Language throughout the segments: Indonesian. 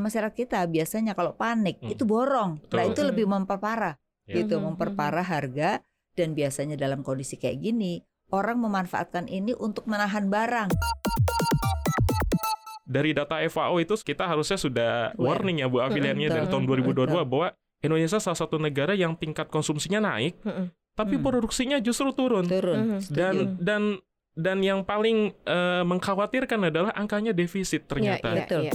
masyarakat kita biasanya kalau panik itu borong. Nah itu lebih memperparah gitu, memperparah harga. Dan biasanya dalam kondisi kayak gini orang memanfaatkan ini untuk menahan barang. Dari data FAO itu kita harusnya sudah warning ya Bu afiliannya dari tahun 2022 bahwa Indonesia salah satu negara yang tingkat konsumsinya naik, tapi produksinya justru turun. Dan yang paling mengkhawatirkan adalah angkanya defisit ternyata. Betul.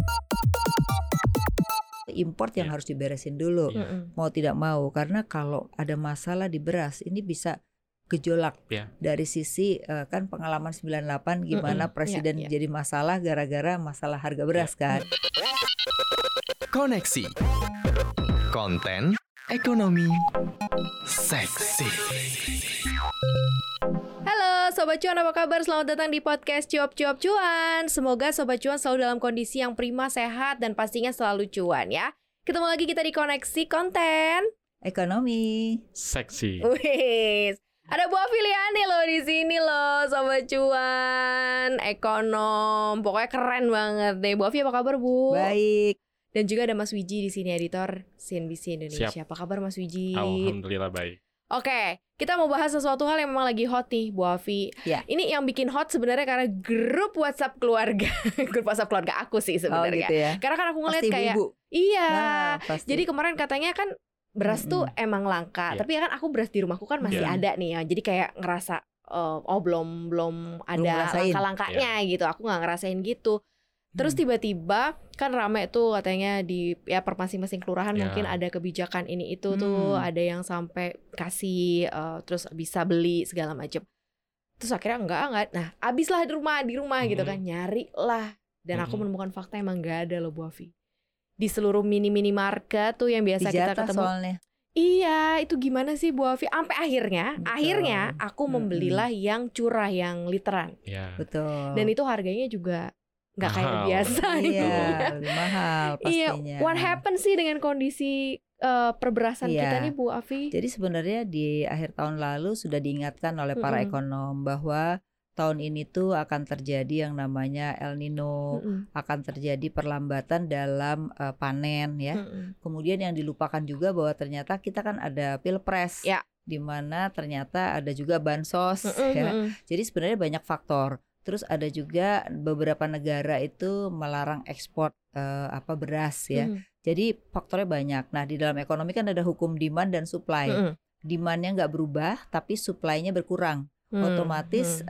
Import yang harus diberesin dulu, mau tidak mau, karena kalau ada masalah di beras ini bisa gejolak dari sisi kan pengalaman 98 gimana presiden jadi masalah gara-gara masalah harga beras kan. Koneksi konten ekonomi seksi. Halo Sobat Cuan, apa kabar? Selamat datang di podcast Cuap-Cuap Cuan. Semoga Sobat Cuan selalu dalam kondisi yang prima, sehat, dan pastinya selalu cuan ya. Ketemu lagi kita di Koneksi Konten Ekonomi Seksi. Wih, ada Bu Afiliani loh di sini loh, Sobat Cuan, ekonom. Pokoknya keren banget deh. Bu Afi, apa kabar Bu? baik. Dan juga ada Mas Wiji di sini, editor CNBC Indonesia. Siap. Apa kabar Mas Wiji? Alhamdulillah baik. Oke, kita mau bahas sesuatu hal yang memang lagi hot nih, Bu Afi. Ya. Ini yang bikin hot sebenarnya karena grup WhatsApp keluarga, grup WhatsApp keluarga aku sih sebenarnya. Gitu ya. Karena kan aku ngeliat Pasti kayak, ibu-ibu. iya. Nah, pasti. Jadi kemarin katanya kan beras tuh emang langka, tapi kan aku beras di rumahku kan masih ada nih ya. Jadi kayak ngerasa, belum ada ngerasain. langka-langkanya gitu. Aku nggak ngerasain gitu. Terus tiba-tiba kan rame tuh katanya di ya per masing-masing kelurahan mungkin ada kebijakan ini itu tuh, ada yang sampai kasih terus bisa beli segala macam. Terus akhirnya enggak. Nah, habislah di rumah gitu kan, nyari lah. Dan aku menemukan fakta emang enggak ada loh Bu Afi. Di seluruh mini market tuh yang biasa kita ketemu. Soalnya. Iya, itu gimana sih Bu Afi? Sampai akhirnya aku membelilah yang curah, yang literan. Ya. Betul. Dan itu harganya juga nggak kayak biasa gitu. Iya, lebih mahal pastinya. Iya, what happened sih dengan kondisi perberasan kita nih Bu Afi? Jadi sebenarnya di akhir tahun lalu sudah diingatkan oleh para ekonom bahwa tahun ini tuh akan terjadi yang namanya El Nino, akan terjadi perlambatan dalam panen ya. Kemudian yang dilupakan juga bahwa ternyata kita kan ada Pilpres, di mana ternyata ada juga bansos ya. Jadi sebenarnya banyak faktor. Terus ada juga beberapa negara itu melarang ekspor beras ya. Jadi faktornya banyak. Nah di dalam ekonomi kan ada hukum demand dan supply. Demandnya nggak berubah, tapi supply-nya berkurang. Otomatis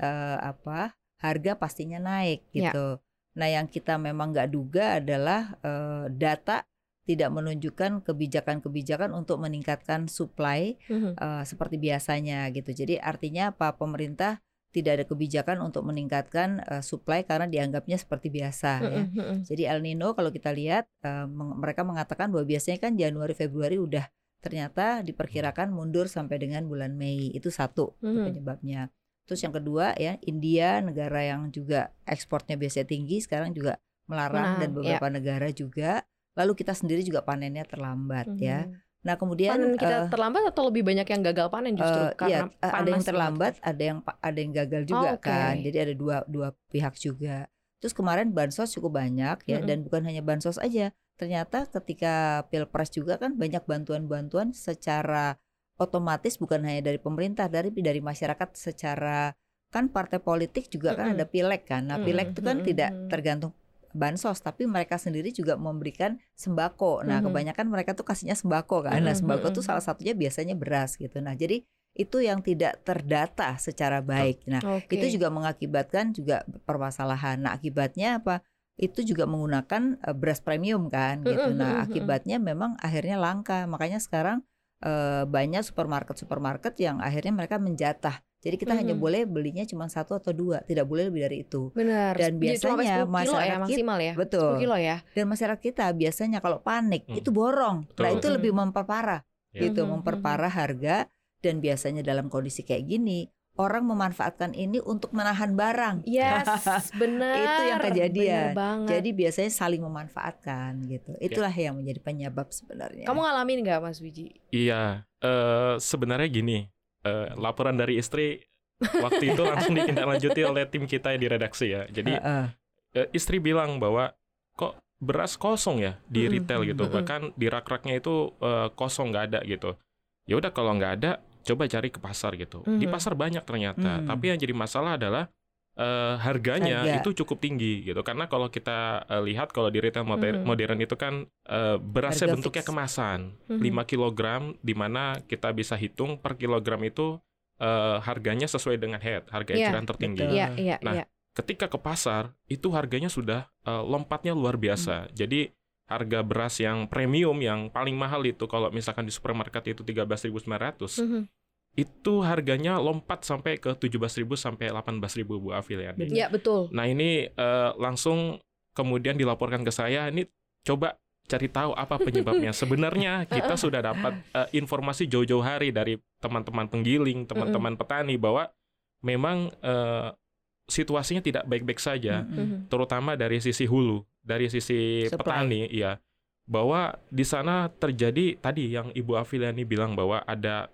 harga pastinya naik gitu. Nah yang kita memang nggak duga adalah data tidak menunjukkan kebijakan-kebijakan untuk meningkatkan supply seperti biasanya gitu. Jadi artinya apa? Pemerintah tidak ada kebijakan untuk meningkatkan supply karena dianggapnya seperti biasa ya. Jadi El Nino kalau kita lihat mereka mengatakan bahwa biasanya kan Januari Februari udah ternyata diperkirakan mundur sampai dengan bulan Mei. Itu satu penyebabnya. Terus yang kedua ya, India negara yang juga ekspornya biasanya tinggi sekarang juga melarang dan beberapa negara juga. Lalu kita sendiri juga panennya terlambat ya. Nah kemudian panen kita terlambat atau lebih banyak yang gagal panen justru karena ada yang terlambat, ada yang gagal juga kan. Jadi ada dua pihak juga. Terus kemarin bansos cukup banyak ya, dan bukan hanya bansos aja. Ternyata ketika Pilpres juga kan banyak bantuan-bantuan secara otomatis, bukan hanya dari pemerintah, dari masyarakat secara, kan partai politik juga kan ada pileg kan. Nah pileg itu kan tidak tergantung bansos, tapi mereka sendiri juga memberikan sembako. Nah kebanyakan mereka tuh kasihnya sembako kan. Nah sembako tuh salah satunya biasanya beras gitu. Nah jadi itu yang tidak terdata secara baik. Nah itu juga mengakibatkan juga permasalahan. Nah akibatnya apa? Itu juga menggunakan beras premium kan gitu. Nah akibatnya memang akhirnya langka. Makanya sekarang banyak supermarket yang akhirnya mereka menjatah. Jadi kita hanya boleh belinya cuma 1 atau 2, tidak boleh lebih dari itu. Benar. Dan biasanya masyarakat maksimal ya. Betul. 10 kilo ya. Dan masyarakat kita biasanya kalau panik itu borong. Nah itu lebih memperparah, gitu, memperparah harga. Dan biasanya dalam kondisi kayak gini orang memanfaatkan ini untuk menahan barang. Yes, benar. Itu yang kejadian. Jadi biasanya saling memanfaatkan gitu. Itulah yang menjadi penyebab sebenarnya. Kamu ngalamin nggak Mas Wiji? Iya, sebenarnya gini. Laporan dari istri waktu itu langsung ditindaklanjuti oleh tim kita di redaksi ya. Jadi istri bilang bahwa kok beras kosong ya di retail gitu, bahkan di rak-raknya itu kosong, nggak ada gitu. Ya udah kalau nggak ada, coba cari ke pasar gitu. Di pasar banyak ternyata, tapi yang jadi masalah adalah harganya itu cukup tinggi gitu. Karena kalau kita lihat kalau di retail modern itu kan berasnya Harga bentuknya fix. kemasan 5 kg, di mana kita bisa hitung per kilogram itu harganya sesuai dengan harga eceran tertinggi. Iya. Ketika ke pasar itu harganya sudah lompatnya luar biasa. Jadi harga beras yang premium yang paling mahal itu kalau misalkan di supermarket itu 13.900, itu harganya lompat sampai ke 17.000 sampai 18.000 Bu Afiliani. Iya, betul. Nah ini langsung kemudian dilaporkan ke saya, ini coba cari tahu apa penyebabnya. Sebenarnya kita sudah dapat informasi jauh-jauh hari dari teman-teman penggiling, teman-teman petani bahwa memang situasinya tidak baik-baik saja, terutama dari sisi hulu, dari sisi petani, ya. Bahwa di sana terjadi tadi yang Ibu Afiliani bilang bahwa ada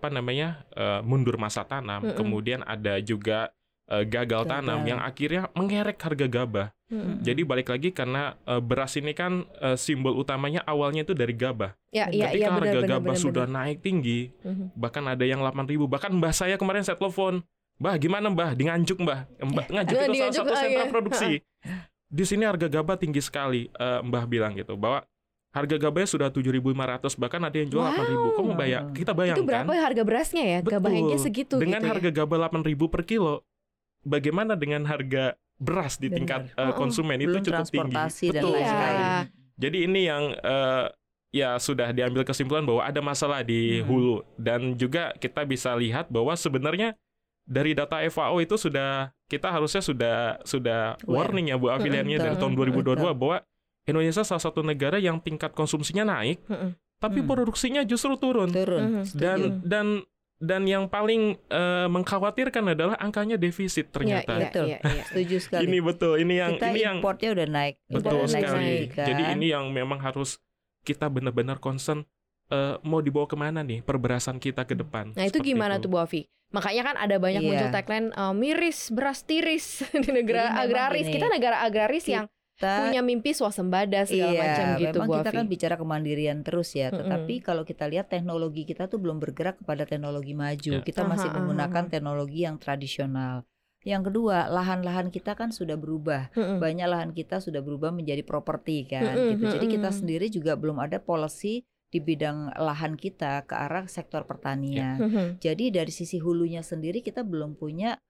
mundur masa tanam, kemudian ada juga gagal tanam yang akhirnya mengerek harga gabah. Jadi balik lagi karena beras ini kan simbol utamanya awalnya itu dari gabah. Ketika harga gabah sudah naik tinggi, bahkan ada yang 8.000, bahkan mbah saya kemarin saya telepon, "Mbah, gimana Mbah? Di Nganjuk Mbah." Nganjuk itu salah satu sentra produksi. Di sini harga gabah tinggi sekali, Mbah bilang gitu, bahwa harga gabahnya sudah 7.500, bahkan ada yang jual 8.000. Kamu kita bayangkan. Itu berapa harga berasnya ya? Gabahnya segitu dengan gitu harga gabah 8.000 per kilo. Bagaimana dengan harga beras di tingkat konsumen? Belum Itu cukup tinggi. dan lain-lain. Jadi ini yang ya sudah diambil kesimpulan bahwa ada masalah di hulu, dan juga kita bisa lihat bahwa sebenarnya dari data FAO itu kita harusnya sudah warning ya Bu Afiliani dari tahun 2022 bahwa Indonesia salah satu negara yang tingkat konsumsinya naik, tapi produksinya justru turun. Dan yang paling mengkhawatirkan adalah angkanya defisit ternyata. Betul. Setuju sekali. Ini betul. Ini yang importnya udah naik. Betul sekali. Kan? Jadi ini yang memang harus kita benar-benar concern. Mau dibawa kemana nih perberasan kita ke depan? Nah itu gimana tuh Bu Afi? Makanya kan ada banyak muncul tagline miris beras tiris di negara agraris. Kita negara agraris yang punya mimpi swasembada segala macam gitu Bu Afi. Kita kan Afi. bicara kemandirian terus ya. Tetapi kalau kita lihat teknologi kita tuh belum bergerak kepada teknologi maju. Kita masih menggunakan teknologi yang tradisional. Yang kedua, lahan-lahan kita kan sudah berubah. Banyak lahan kita sudah berubah menjadi properti kan gitu. Jadi kita sendiri juga belum ada policy di bidang lahan kita ke arah sektor pertanian. Jadi dari sisi hulunya sendiri kita belum punya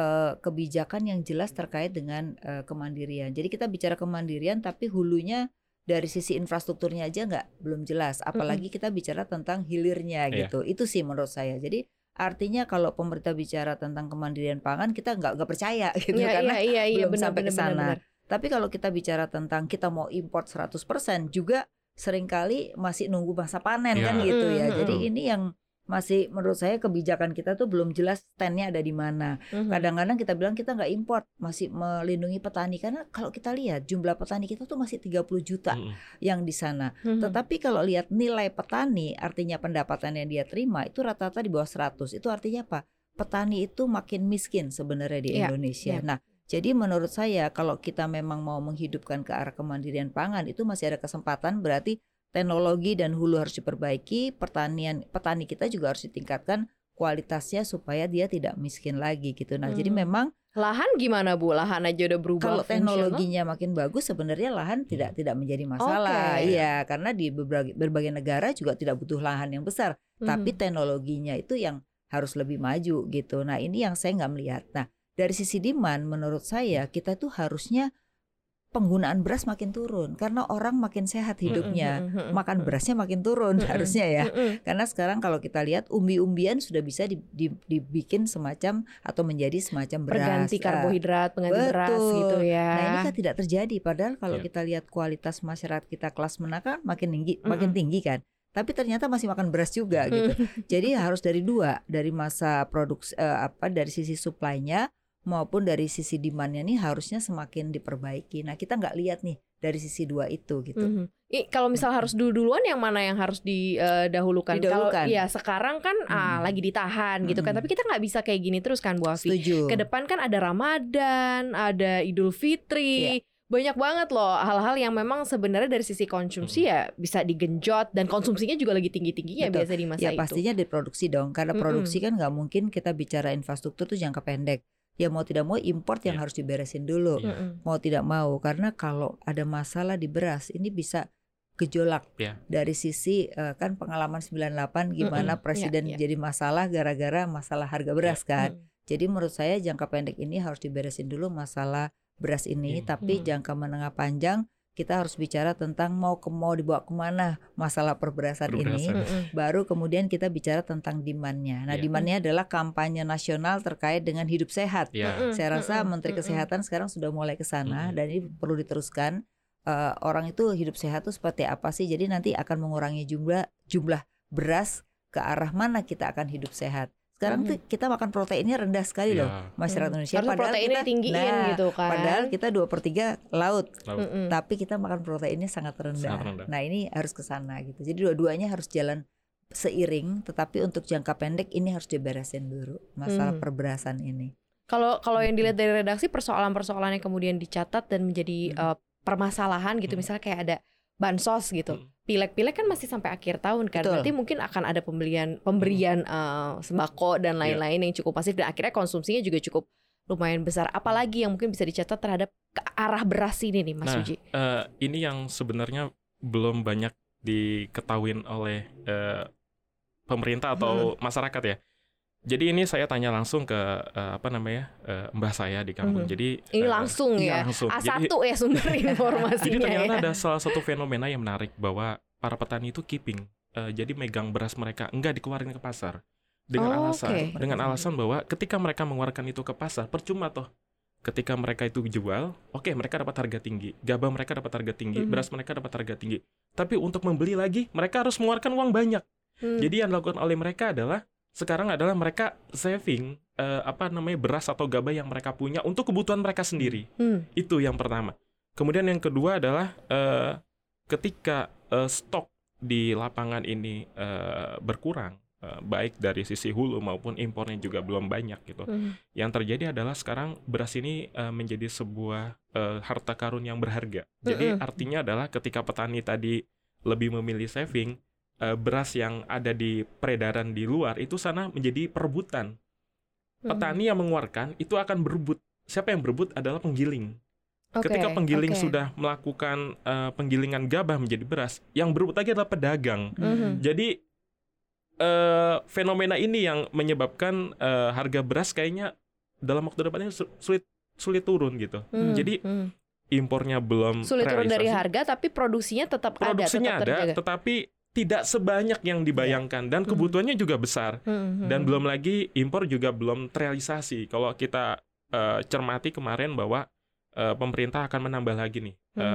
kebijakan yang jelas terkait dengan kemandirian. Jadi kita bicara kemandirian tapi hulunya dari sisi infrastrukturnya aja belum jelas. Apalagi kita bicara tentang hilirnya gitu. Itu sih menurut saya. Jadi artinya kalau pemerintah bicara tentang kemandirian pangan kita nggak percaya gitu karena belum sampai ke sana. Tapi kalau kita bicara tentang kita mau import 100% juga seringkali masih nunggu masa panen kan gitu ya. Jadi ini yang masih menurut saya kebijakan kita tuh belum jelas stand-nya ada di mana. Kadang-kadang kita bilang kita nggak import, masih melindungi petani karena kalau kita lihat jumlah petani kita tuh masih 30 juta yang di sana. Tetapi kalau lihat nilai petani, artinya pendapatan yang dia terima itu rata-rata di bawah 100. Itu artinya apa? Petani itu makin miskin sebenarnya di Indonesia. Nah, jadi menurut saya kalau kita memang mau menghidupkan ke arah kemandirian pangan itu masih ada kesempatan, berarti teknologi dan hulu harus diperbaiki, petani kita juga harus ditingkatkan kualitasnya supaya dia tidak miskin lagi gitu. Nah, jadi memang lahan gimana Bu? Lahan aja udah berubah. Kalau teknologinya makin bagus sebenarnya lahan tidak menjadi masalah. Iya, karena di berbagai negara juga tidak butuh lahan yang besar, tapi teknologinya itu yang harus lebih maju gitu. Nah, ini yang saya nggak melihat. Nah, dari sisi demand menurut saya kita tuh harusnya penggunaan beras makin turun karena orang makin sehat hidupnya, makan berasnya makin turun harusnya ya. Karena sekarang kalau kita lihat umbi-umbian sudah bisa dibikin semacam atau menjadi semacam beras. Pengganti karbohidrat, pengganti beras gitu ya. Nah ini kan tidak terjadi. Padahal kalau kita lihat kualitas masyarakat kita kelas menengah makin tinggi kan. Tapi ternyata masih makan beras juga gitu. Jadi harus dari masa produksi dari sisi supply-nya maupun dari sisi demand-nya nih harusnya semakin diperbaiki. Nah kita nggak lihat nih dari sisi dua itu gitu. Kalau misal harus duluan yang mana yang harus didahulukan? Kalau ya sekarang kan lagi ditahan gitu kan. Tapi kita nggak bisa kayak gini terus kan Bu Afi. Setuju. Ke depan kan ada Ramadan, ada Idul Fitri. banyak banget loh hal-hal yang memang sebenarnya dari sisi konsumsi ya bisa digenjot, dan konsumsinya juga lagi tinggi-tingginya biasa di masa ya itu. pastinya diproduksi dong, karena produksi kan nggak mungkin kita bicara infrastruktur tuh jangka pendek. Ya mau tidak mau import yang harus diberesin dulu, mau tidak mau, karena kalau ada masalah di beras ini bisa gejolak dari sisi kan pengalaman 98 gimana presiden jadi masalah gara-gara masalah harga beras kan. Jadi menurut saya jangka pendek ini harus diberesin dulu masalah beras ini, tapi jangka menengah panjang kita harus bicara tentang mau dibawa kemana masalah perberasan ini, baru kemudian kita bicara tentang demand-nya. Nah, demand-nya adalah kampanye nasional terkait dengan hidup sehat. Saya rasa Menteri Kesehatan sekarang sudah mulai ke sana dan ini perlu diteruskan. Orang itu hidup sehat itu seperti apa sih? Jadi nanti akan mengurangi jumlah beras ke arah mana kita akan hidup sehat. Sekarang tuh kita makan proteinnya rendah sekali loh masyarakat Indonesia. Harus Padahal proteinnya kita tinggiin gitu kan. Padahal kita 2/3 laut. Tapi kita makan proteinnya sangat rendah. Nah ini harus ke sana gitu. Jadi dua-duanya harus jalan seiring. Tetapi untuk jangka pendek ini harus diberesin dulu masalah perberasan ini. Kalau yang dilihat dari redaksi, persoalan-persoalan yang kemudian dicatat dan menjadi permasalahan gitu, misalnya kayak ada bansos gitu. Pileg kan masih sampai akhir tahun kan. Berarti mungkin akan ada pemberian sembako dan lain-lain yang cukup masif, dan akhirnya konsumsinya juga cukup lumayan besar. Apalagi yang mungkin bisa dicatat terhadap ke arah beras ini nih Mas Suji? Ini yang sebenarnya belum banyak diketahui oleh pemerintah atau masyarakat ya. Jadi ini saya tanya langsung ke mbah saya di kampung. Jadi ini langsung ya. Langsung. A1 jadi, ya sumber informasinya. Jadi ternyata ada salah satu fenomena yang menarik bahwa para petani itu keeping. Jadi megang beras mereka enggak dikeluarin ke pasar. Dengan alasan bahwa ketika mereka mengeluarkan itu ke pasar, percuma toh. Ketika mereka itu jual, mereka dapat harga tinggi. Gabah mereka dapat harga tinggi, beras mereka dapat harga tinggi. Tapi untuk membeli lagi, mereka harus mengeluarkan uang banyak. Jadi yang dilakukan oleh mereka adalah sekarang adalah mereka saving beras atau gabah yang mereka punya untuk kebutuhan mereka sendiri. Itu yang pertama. Kemudian yang kedua adalah ketika stok di lapangan ini berkurang, baik dari sisi hulu maupun impornya juga belum banyak gitu. Yang terjadi adalah sekarang beras ini menjadi sebuah harta karun yang berharga. Jadi artinya adalah ketika petani tadi lebih memilih saving, beras yang ada di peredaran di luar itu sana menjadi perebutan. Petani yang mengeluarkan itu akan berebut. Siapa yang berebut adalah penggiling. Ketika penggiling sudah melakukan penggilingan gabah menjadi beras, yang berebut lagi adalah pedagang. Jadi fenomena ini yang menyebabkan harga beras kayaknya dalam waktu depannya sulit turun gitu. Jadi impornya belum sulit turun dari harga, tapi produksinya tetap ada, tetapi tidak sebanyak yang dibayangkan dan kebutuhannya juga besar. Dan belum lagi impor juga belum terrealisasi. Kalau kita cermati kemarin bahwa pemerintah akan menambah lagi nih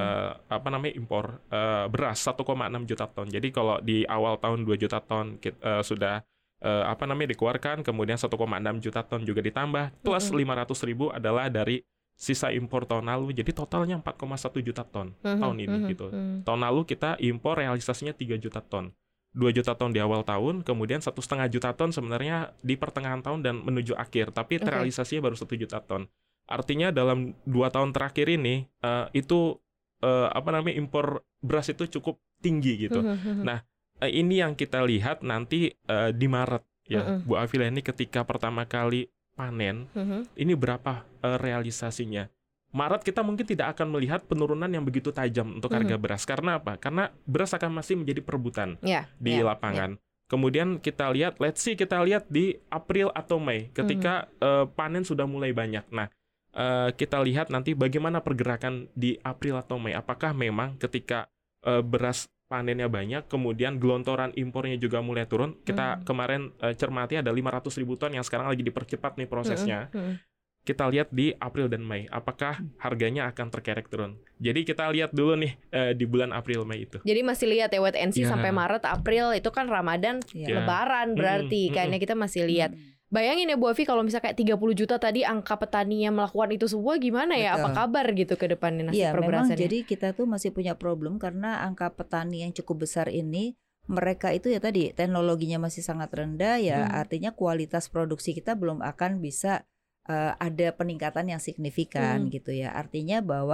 impor beras 1,6 juta ton. Jadi kalau di awal tahun 2 juta ton sudah dikeluarkan, kemudian 1,6 juta ton juga ditambah, plus 500.000 adalah dari sisa impor tahun lalu. Jadi totalnya 4,1 juta ton tahun ini gitu. Tahun lalu kita impor realisasinya 3 juta ton. 2 juta ton di awal tahun, kemudian 1,5 juta ton sebenarnya di pertengahan tahun dan menuju akhir, tapi terrealisasinya baru 1 juta ton. Artinya dalam 2 tahun terakhir ini impor beras itu cukup tinggi gitu. Nah, ini yang kita lihat nanti di Maret ya, Bu Afila, ini ketika pertama kali panen, ini berapa realisasinya. Maret kita mungkin tidak akan melihat penurunan yang begitu tajam untuk harga beras. Karena apa? Karena beras akan masih menjadi perebutan di lapangan. Kemudian kita lihat di April atau Mei ketika panen sudah mulai banyak. Nah, kita lihat nanti bagaimana pergerakan di April atau Mei. Apakah memang ketika beras panennya banyak, kemudian gelontoran impornya juga mulai turun. Kita kemarin cermati ada 500.000 ton yang sekarang lagi dipercepat nih prosesnya. Kita lihat di April dan Mei, apakah harganya akan terkerek turun. Jadi kita lihat dulu nih di bulan April Mei itu. Jadi masih lihat ya wait and see sampai Maret, April itu kan Ramadan, Lebaran berarti kayaknya kita masih lihat. Bayangin ya Bu Afi, kalau misalnya kayak 30 juta tadi angka petani yang melakukan itu semua gimana ya? Apa kabar gitu ke depannya nasib perberasannya? Memang jadi kita tuh masih punya problem karena angka petani yang cukup besar ini, mereka itu ya tadi teknologinya masih sangat rendah ya, artinya kualitas produksi kita belum akan bisa ada peningkatan yang signifikan gitu ya. Artinya bahwa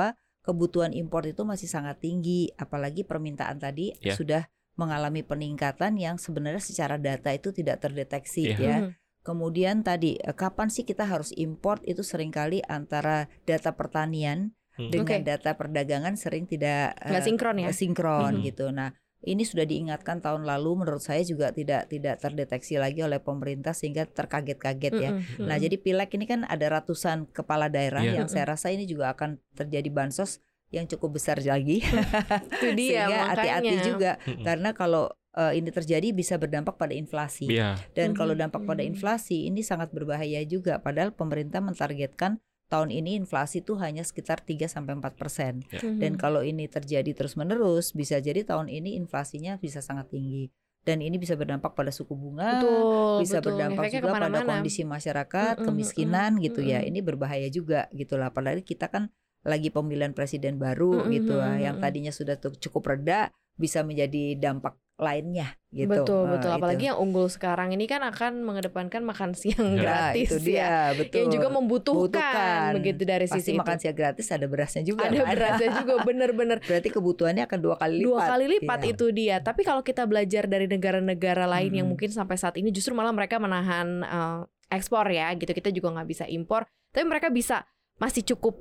kebutuhan impor itu masih sangat tinggi, apalagi permintaan tadi sudah mengalami peningkatan yang sebenarnya secara data itu tidak terdeteksi ya. Kemudian tadi kapan sih kita harus import, itu seringkali antara data pertanian dengan data perdagangan sering tidak sinkron gitu. Nah, ini sudah diingatkan tahun lalu, menurut saya juga tidak terdeteksi lagi oleh pemerintah sehingga terkaget-kaget ya. Nah, jadi Pileg ini kan ada ratusan kepala daerah yang saya rasa ini juga akan terjadi bansos yang cukup besar lagi. Itu dia, sehingga hati-hati makanya. juga karena kalau ini terjadi bisa berdampak pada inflasi. Dan kalau dampak pada inflasi ini sangat berbahaya juga, padahal pemerintah mentargetkan tahun ini inflasi itu hanya sekitar 3-4%. Dan kalau ini terjadi terus-menerus, bisa jadi tahun ini inflasinya bisa sangat tinggi. Dan ini bisa berdampak pada suku bunga, bisa berdampak juga pada kondisi masyarakat, kemiskinan gitu ya. Ini berbahaya juga gitu lah. Padahal kita kan lagi pemilihan presiden baru gitu lah. Yang tadinya sudah cukup reda, bisa menjadi dampak lainnya gitu. Betul. Apalagi yang unggul sekarang ini kan akan mengedepankan makan siang gratis itu dia, betul. Yang juga membutuhkan begitu dari pasti sisi itu. Makan siang gratis ada berasnya juga. Ada berasnya juga, bener-bener. Berarti kebutuhannya akan 2 kali lipat. 2 kali lipat itu dia. Tapi kalau kita belajar dari negara-negara lain yang mungkin sampai saat ini justru malah mereka menahan ekspor ya gitu. Kita juga nggak bisa impor. Tapi mereka bisa masih cukup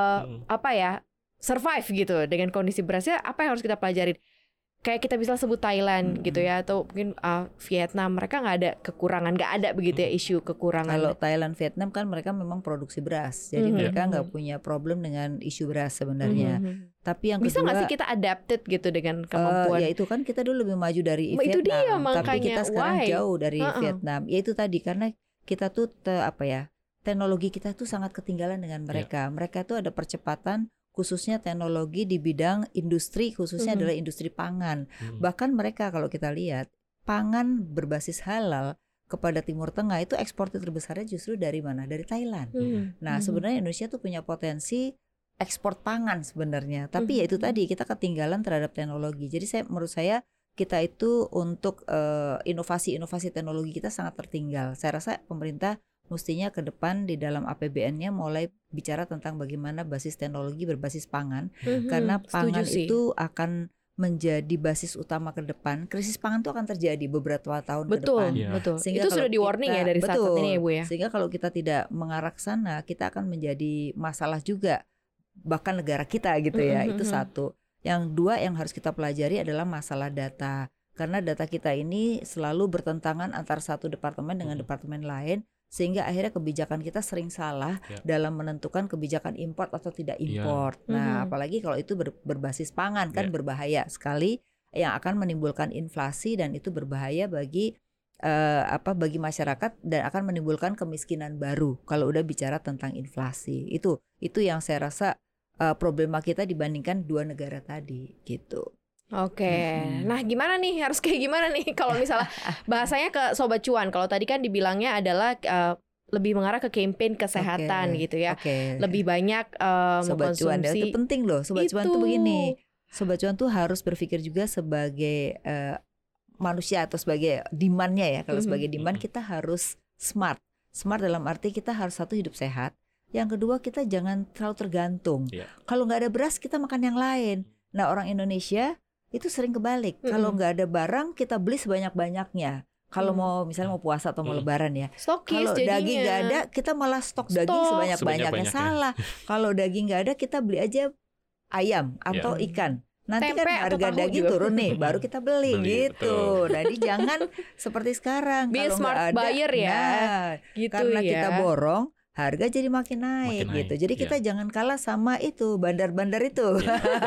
survive gitu dengan kondisi berasnya. Apa yang harus kita pelajarin? Kayak kita bisa sebut Thailand gitu ya, atau mungkin Vietnam, mereka nggak ada kekurangan, nggak ada begitu ya isu kekurangan. Kalau Thailand, Vietnam kan mereka memang produksi beras, jadi mereka nggak punya problem dengan isu beras sebenarnya. Tapi yang bisa kedua, nggak sih kita adapted gitu dengan kemampuan? Ya itu kan kita dulu lebih maju dari Vietnam, itu dia, tapi kita sekarang jauh dari Vietnam. Ya itu tadi karena kita tuh teknologi kita tuh sangat ketinggalan dengan mereka. Mereka tuh ada percepatan, khususnya teknologi di bidang industri, khususnya adalah industri pangan. Bahkan mereka kalau kita lihat, pangan berbasis halal kepada Timur Tengah itu ekspor terbesarnya justru dari mana? Dari Thailand. Nah sebenarnya Indonesia tuh punya potensi ekspor pangan sebenarnya. Tapi ya itu tadi, kita ketinggalan terhadap teknologi. Jadi menurut saya kita itu untuk inovasi-inovasi teknologi kita sangat tertinggal. Saya rasa pemerintah mestinya ke depan di dalam APBN-nya mulai bicara tentang bagaimana basis teknologi berbasis pangan, karena pangan itu akan menjadi basis utama ke depan. Krisis pangan itu akan terjadi beberapa tahun ke depan. Betul. Itu sudah di warning ya dari saat ini ya Bu ya. Sehingga kalau kita tidak mengarah ke sana, kita akan menjadi masalah juga, bahkan negara kita gitu ya. Itu satu. Yang dua yang harus kita pelajari adalah masalah data. Karena data kita ini selalu bertentangan antara satu departemen dengan departemen lain, sehingga akhirnya kebijakan kita sering salah dalam menentukan kebijakan import atau tidak import. Nah, apalagi kalau itu berbasis pangan kan berbahaya sekali, yang akan menimbulkan inflasi dan itu berbahaya bagi bagi masyarakat dan akan menimbulkan kemiskinan baru kalau udah bicara tentang inflasi. Itu yang saya rasa problema kita dibandingkan dua negara tadi gitu. Oke, nah gimana nih, harus kayak gimana nih kalau misalnya bahasanya ke Sobat Cuan. Kalau tadi kan dibilangnya adalah lebih mengarah ke campaign kesehatan gitu ya. Lebih banyak Sobat Cuan itu penting loh. Sobat Cuan tuh begini, Sobat Cuan tuh harus berpikir juga sebagai manusia atau sebagai demand-nya ya. Kalau sebagai demand kita harus smart dalam arti kita harus satu, hidup sehat. Yang kedua, kita jangan terlalu tergantung. Kalau nggak ada beras kita makan yang lain. Nah, orang Indonesia itu sering kebalik. Kalau nggak ada barang kita beli sebanyak-banyaknya. Kalau misalnya mau puasa atau mau lebaran ya. Kalau daging nggak ada kita malah stok daging sebanyak-banyaknya. Salah. Kalau daging nggak ada kita beli aja ayam atau ikan. Nanti tempe kan harga daging turun nih, baru kita beli gitu. Jadi jangan seperti sekarang. Kalau nggak ada, buyer ya. Gitu karena kita borong, harga jadi makin naik gitu. Jadi kita jangan kalah sama itu bandar-bandar itu.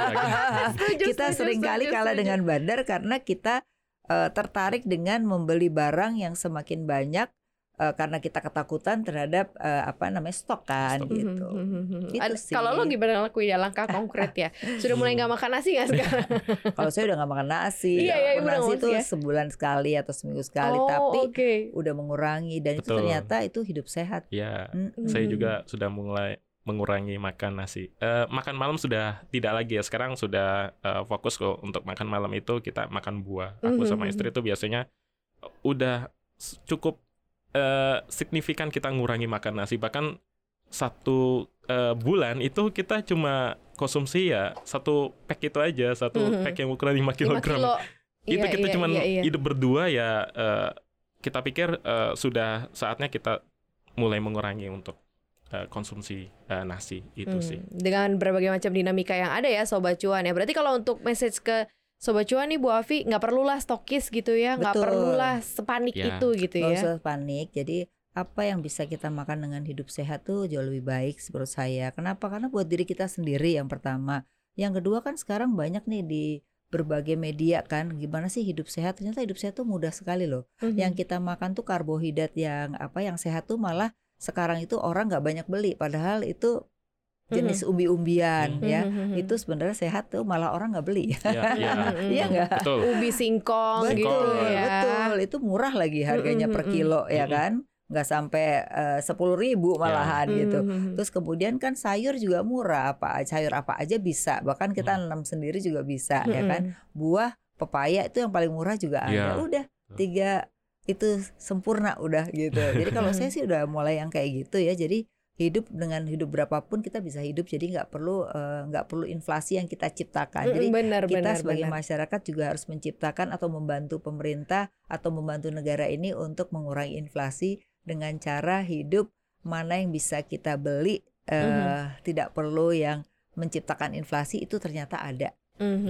Kita seringkali kalah dengan bandar karena kita tertarik dengan membeli barang yang semakin banyak karena kita ketakutan terhadap stok kan gitu. Kalau lo gimana lakuin ya langkah konkret ya? Sudah mulai nggak makan nasi nggak sekarang? Kalau saya udah nggak makan nasi, nasi itu sebulan sekali atau seminggu sekali, tapi udah mengurangi dan itu ternyata itu hidup sehat. Ya, saya juga sudah mulai mengurangi makan nasi. Makan malam sudah tidak lagi ya. Sekarang sudah fokus kok untuk makan malam itu kita makan buah. Aku sama istri itu biasanya udah cukup signifikan kita ngurangi makan nasi. Bahkan satu bulan itu kita cuma konsumsi ya 1 pack itu aja, 1 pack yang ukuran 5 kilogram. Itu kita cuma hidup berdua ya. Kita pikir sudah saatnya kita mulai mengurangi untuk konsumsi nasi itu sih. Dengan berbagai macam dinamika yang ada ya Sobat Cuan ya. Berarti kalau untuk message ke Sobat Cuan nih Bu Afi, nggak perlulah stokis gitu ya, nggak perlulah sepanik itu gitu ya. Nggak usah panik. Jadi apa yang bisa kita makan dengan hidup sehat tuh jauh lebih baik menurut saya. Kenapa? Karena buat diri kita sendiri yang pertama. Yang kedua kan sekarang banyak nih di berbagai media kan, gimana sih hidup sehat. Ternyata hidup sehat tuh mudah sekali loh. Yang kita makan tuh karbohidrat yang yang sehat tuh malah sekarang itu orang nggak banyak beli. Padahal itu jenis umbi-umbian ya, itu sebenarnya sehat tuh malah orang nggak beli. Iya nggak? Ubi singkong gitu ya. Betul, itu murah lagi harganya per kilo ya kan, nggak sampai 10.000 malahan gitu. Terus kemudian kan sayur juga murah, sayur apa aja bisa, bahkan kita nanam sendiri juga bisa ya kan. Buah pepaya itu yang paling murah juga ada. Udah 3 itu sempurna udah gitu. Jadi kalau saya sih udah mulai yang kayak gitu ya. Jadi hidup dengan hidup berapapun kita bisa hidup, jadi nggak perlu inflasi yang kita ciptakan. Jadi kita sebagai masyarakat juga harus menciptakan atau membantu pemerintah atau membantu negara ini untuk mengurangi inflasi dengan cara hidup mana yang bisa kita beli, tidak perlu yang menciptakan inflasi itu ternyata ada.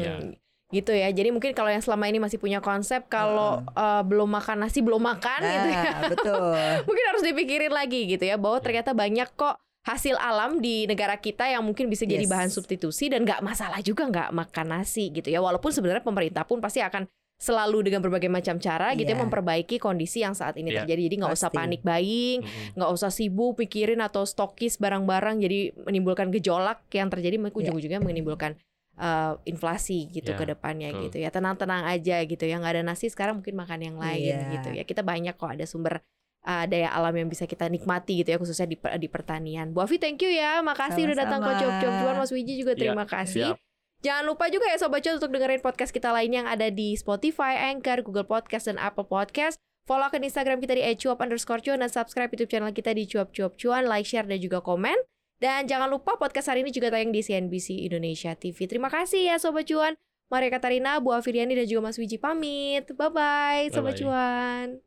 Gitu ya. Jadi mungkin kalau yang selama ini masih punya konsep kalau belum makan nasi belum makan gitu ya. Betul. Mungkin harus dipikirin lagi gitu ya, bahwa ternyata banyak kok hasil alam di negara kita yang mungkin bisa jadi bahan substitusi dan nggak masalah juga nggak makan nasi gitu ya. Walaupun sebenarnya pemerintah pun pasti akan selalu dengan berbagai macam cara gitu ya memperbaiki kondisi yang saat ini terjadi. Jadi nggak usah panik buying, nggak usah sibuk pikirin atau stokis barang-barang jadi menimbulkan gejolak yang terjadi ujung-ujungnya menimbulkan inflasi gitu ke depannya gitu ya. Tenang-tenang aja gitu ya, nggak ada nasi sekarang mungkin makan yang lain gitu ya. Kita banyak kok ada sumber daya alam yang bisa kita nikmati gitu ya, khususnya di pertanian. Bu Afi thank you ya, makasih udah datang ke Cuap-Cuap. Mas Wiji juga terima kasih. Jangan lupa juga ya Sobat Cuan untuk dengerin podcast kita lain yang ada di Spotify, Anchor, Google Podcast, dan Apple Podcast. Follow akun Instagram kita di @cuap_cuan dan subscribe YouTube channel kita di Cuap-Cuap Cuan, like, share, dan juga komen. Dan jangan lupa podcast hari ini juga tayang di CNBC Indonesia TV. Terima kasih ya Sobat Cuan. Maria Katarina, Bu Afiriani, dan juga Mas Wiji pamit. Bye-bye Sobat Cuan.